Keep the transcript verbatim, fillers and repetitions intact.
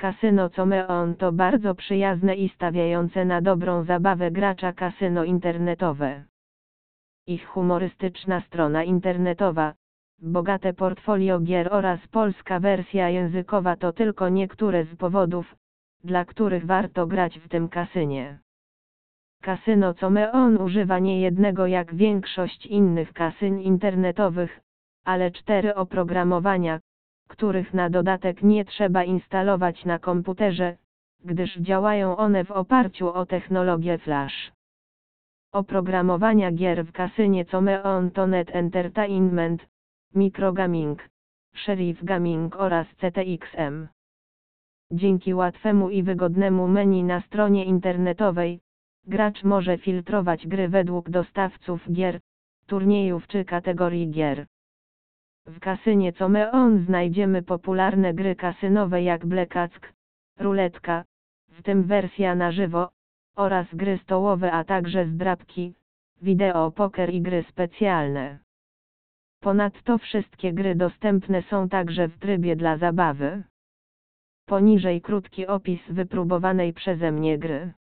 Kasyno Comeon to bardzo przyjazne i stawiające na dobrą zabawę gracza kasyno internetowe. Ich humorystyczna strona internetowa, bogate portfolio gier oraz polska wersja językowa to tylko niektóre z powodów, dla których warto grać w tym kasynie. Kasyno Comeon używa nie jednego jak większość innych kasyn internetowych, ale cztery oprogramowania, których na dodatek nie trzeba instalować na komputerze, gdyż działają one w oparciu o technologię Flash. Oprogramowania gier w kasynie Comeon to Net Entertainment, Microgaming, Sheriff Gaming oraz C T X M. Dzięki łatwemu i wygodnemu menu na stronie internetowej, gracz może filtrować gry według dostawców gier, turniejów czy kategorii gier. W kasynie Comeon znajdziemy popularne gry kasynowe jak Blackjack, ruletka, w tym wersja na żywo, oraz gry stołowe, a także zdrabki, wideo poker i gry specjalne. Ponadto wszystkie gry dostępne są także w trybie dla zabawy. Poniżej krótki opis wypróbowanej przeze mnie gry.